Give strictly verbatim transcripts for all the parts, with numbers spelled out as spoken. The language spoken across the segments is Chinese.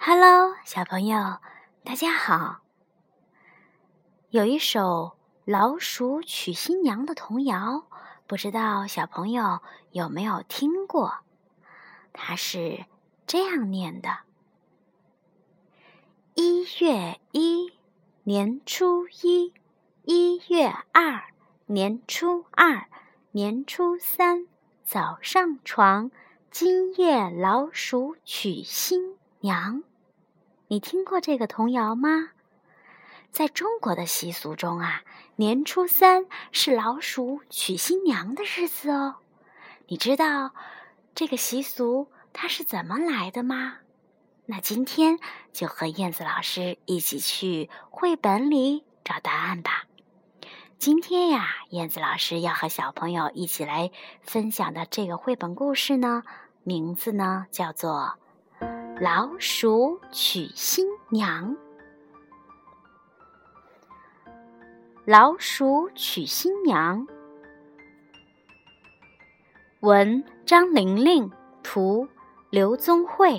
Hello， 小朋友，大家好。有一首老鼠娶新娘的童谣，不知道小朋友有没有听过？它是这样念的：一月一，年初一；一月二，年初二；年初三，早上床。今夜老鼠娶新娘。你听过这个童谣吗？在中国的习俗中啊，年初三是老鼠娶新娘的日子哦。你知道这个习俗它是怎么来的吗？那今天就和燕子老师一起去绘本里找答案吧。今天呀，燕子老师要和小朋友一起来分享的这个绘本故事呢，名字呢叫做老鼠娶新娘。老鼠娶新娘，文张玲玲，图刘宗慧。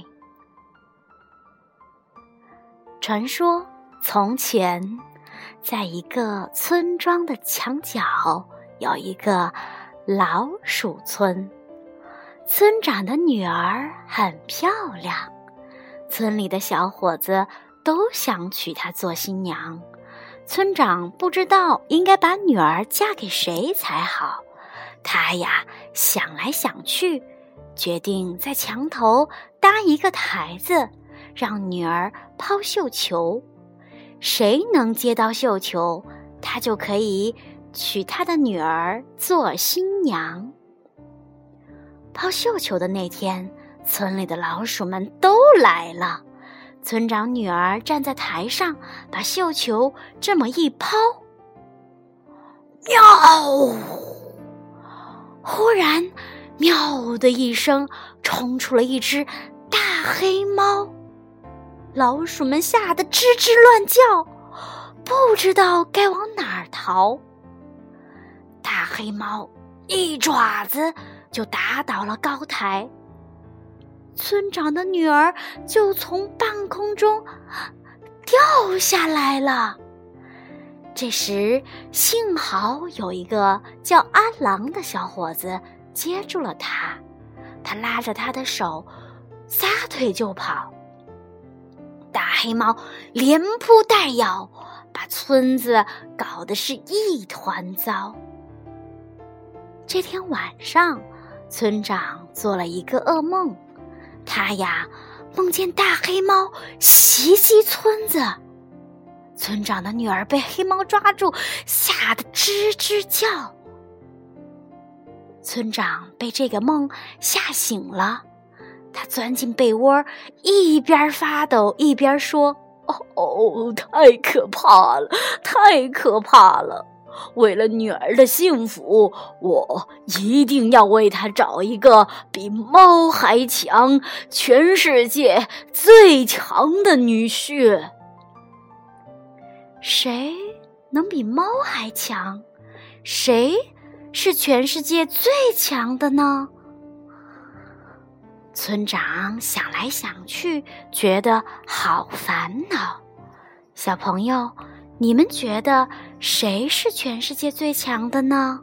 传说从前，在一个村庄的墙角有一个老鼠村，村长的女儿很漂亮，村里的小伙子都想娶她做新娘。村长不知道应该把女儿嫁给谁才好，他呀想来想去，决定在墙头搭一个台子，让女儿抛绣球。谁能接到绣球，他就可以娶他的女儿做新娘。抛绣球的那天，村里的老鼠们都来了。村长女儿站在台上，把绣球这么一抛，喵！忽然，喵的一声，冲出了一只大黑猫。老鼠们吓得吱吱乱叫，不知道该往哪儿逃。大黑猫一爪子就打倒了高台，村长的女儿就从半空中掉下来了。这时，幸好有一个叫阿郎的小伙子接住了她，他拉着她的手，撒腿就跑。大黑猫连扑带咬，把村子搞得是一团糟。这天晚上，村长做了一个噩梦，他呀梦见大黑猫袭击村子，村长的女儿被黑猫抓住，吓得吱吱叫。村长被这个梦吓醒了，他钻进被窝，一边发抖一边说：哦，太可怕了，太可怕了！为了女儿的幸福，我一定要为她找一个比猫还强、全世界最强的女婿。谁能比猫还强？谁是全世界最强的呢？村长想来想去，觉得好烦恼。小朋友，你们觉得谁是全世界最强的呢？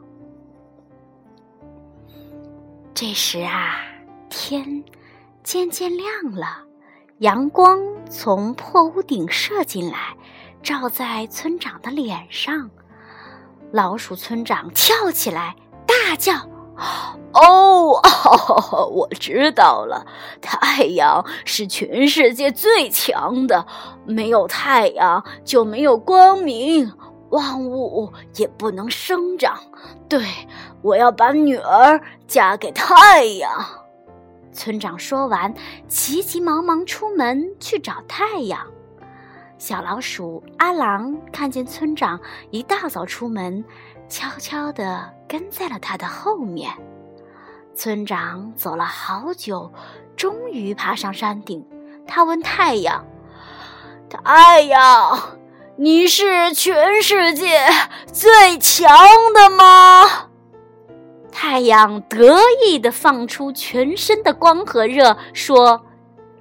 这时啊，天渐渐亮了，阳光从破屋顶射进来，照在村长的脸上。老鼠村长跳起来，大叫：哦，哦，我知道了，太阳是全世界最强的，没有太阳就没有光明，万物也不能生长。对，我要把女儿嫁给太阳。村长说完，急急忙忙出门去找太阳。小老鼠阿郎看见村长一大早出门，悄悄地跟在了他的后面。村长走了好久，终于爬上山顶。他问太阳：太阳，你是全世界最强的吗？太阳得意地放出全身的光和热，说：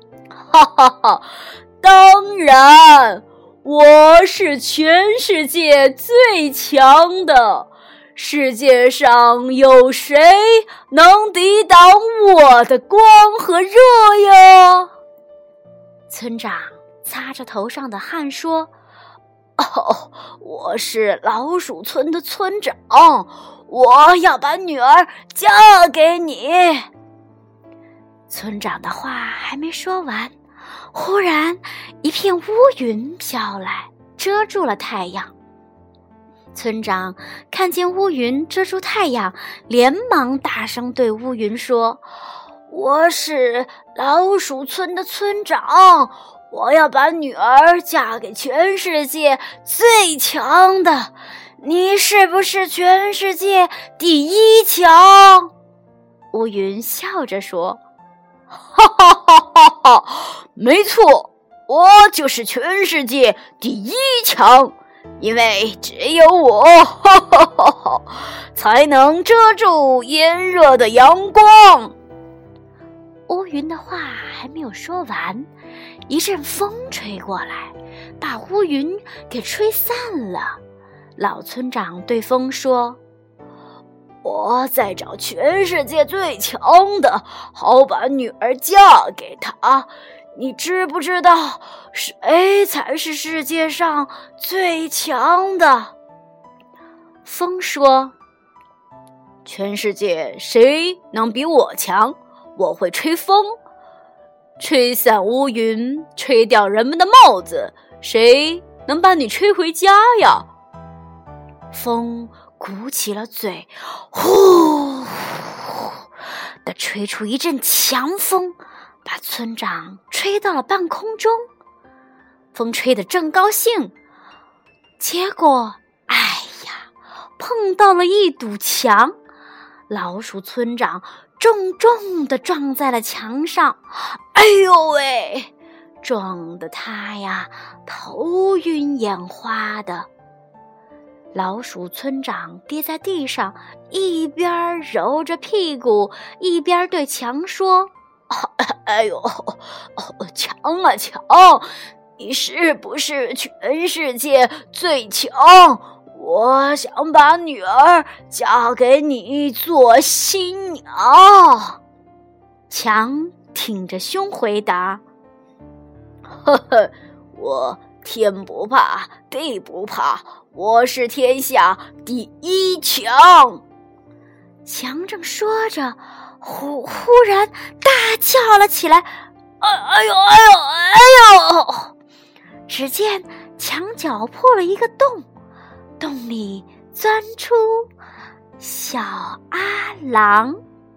哈哈哈，当然，我是全世界最强的，世界上有谁能抵挡我的光和热呀？ 村长擦着头上的汗说： 哦，我是老鼠村的村长，我要把女儿嫁给你。 村长的话还没说完，忽然一片乌云飘来，遮住了太阳。村长看见乌云遮住太阳，连忙大声对乌云说： 我是老鼠村的村长，我要把女儿嫁给全世界最强的，你是不是全世界第一强？ 乌云笑着说： 哈哈哈哈哈，没错，我就是全世界第一强，因为只有我哈哈哈哈才能遮住炎热的阳光。 乌云的话还没有说完，一阵风吹过来，把乌云给吹散了。老村长对风说： 我在找全世界最强的，好把女儿嫁给他。你知不知道谁才是世界上最强的？ 风说： 全世界谁能比我强？我会吹风，吹散乌云，吹掉人们的帽子，谁能把你吹回家呀？ 风鼓起了嘴，呼地吹出一阵强风，把村长吹到了半空中。风吹得正高兴，结果哎呀，碰到了一堵墙，老鼠村长重重地撞在了墙上， 哎呦喂， 撞得他呀头晕眼花的。老鼠村长跌在地上，一边揉着屁股，一边对墙说： 哎呦，墙啊墙，你是不是全世界最强？我想把女儿嫁给你做新娘。 墙挺着胸回答： 呵呵，我天不怕地不怕，我是天下第一强。 墙正说着，忽忽然大叫了起来： 哎哎呦哎呦哎呦！ 只见墙角破了一个洞，洞里钻出小阿郎。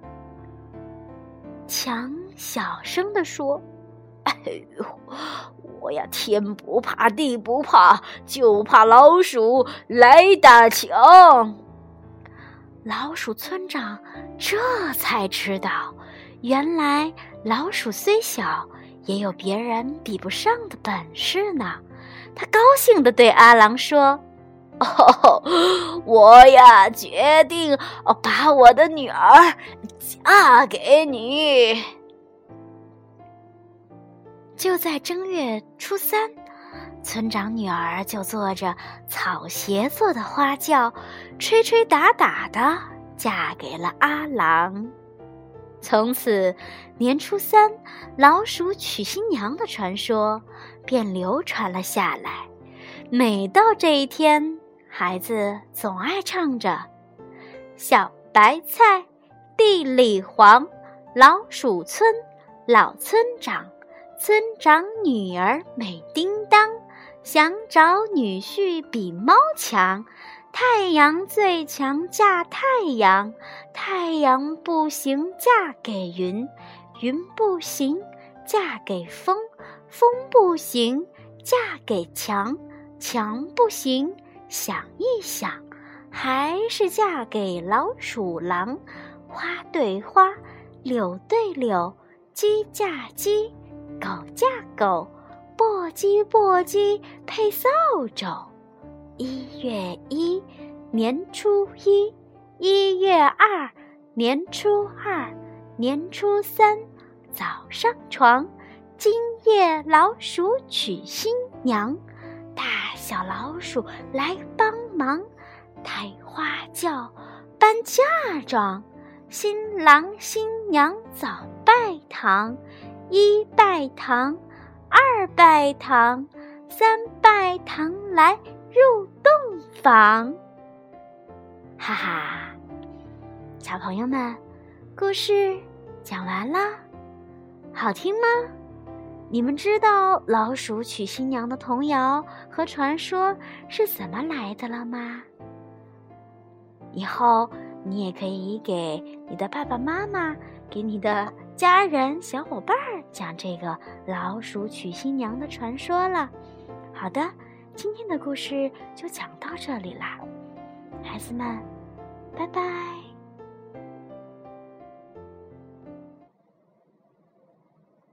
墙小声地说： 哎呦，我呀天不怕地不怕，就怕老鼠来打墙。 老鼠村长这才知道，原来老鼠虽小，也有别人比不上的本事呢。他高兴地对阿郎说： 哦，我呀决定把我的女儿嫁给你。 就在正月初三，村长女儿就坐着草鞋做的花轿，吹吹打打的嫁给了阿郎。从此年初三老鼠娶新娘的传说便流传了下来。每到这一天，孩子总爱唱着：小白菜地里黄，老鼠村老村长，村长女儿美叮当，想找女婿比猫强，太阳最强嫁太阳，太阳不行嫁给云，云不行嫁给风，风不行嫁给墙，墙不行想一想，还是嫁给老鼠郎。花对花，柳对柳，鸡嫁鸡，狗嫁狗，簸箕簸箕配扫帚。一月一，年初一；一月二，年初二；年初三，早上床， 今夜老鼠娶新娘，大小老鼠来帮忙，抬花轿，搬嫁妆，新郎新娘早拜堂，一拜堂，二拜堂，三拜堂来入洞房。哈哈，小朋友们，故事讲完啦，好听吗？你们知道老鼠娶新娘的童谣和传说是怎么来的了吗？以后你也可以给你的爸爸妈妈，给你的家人小伙伴讲这个老鼠娶新娘的传说了。好的，今天的故事就讲到这里啦，孩子们，拜拜。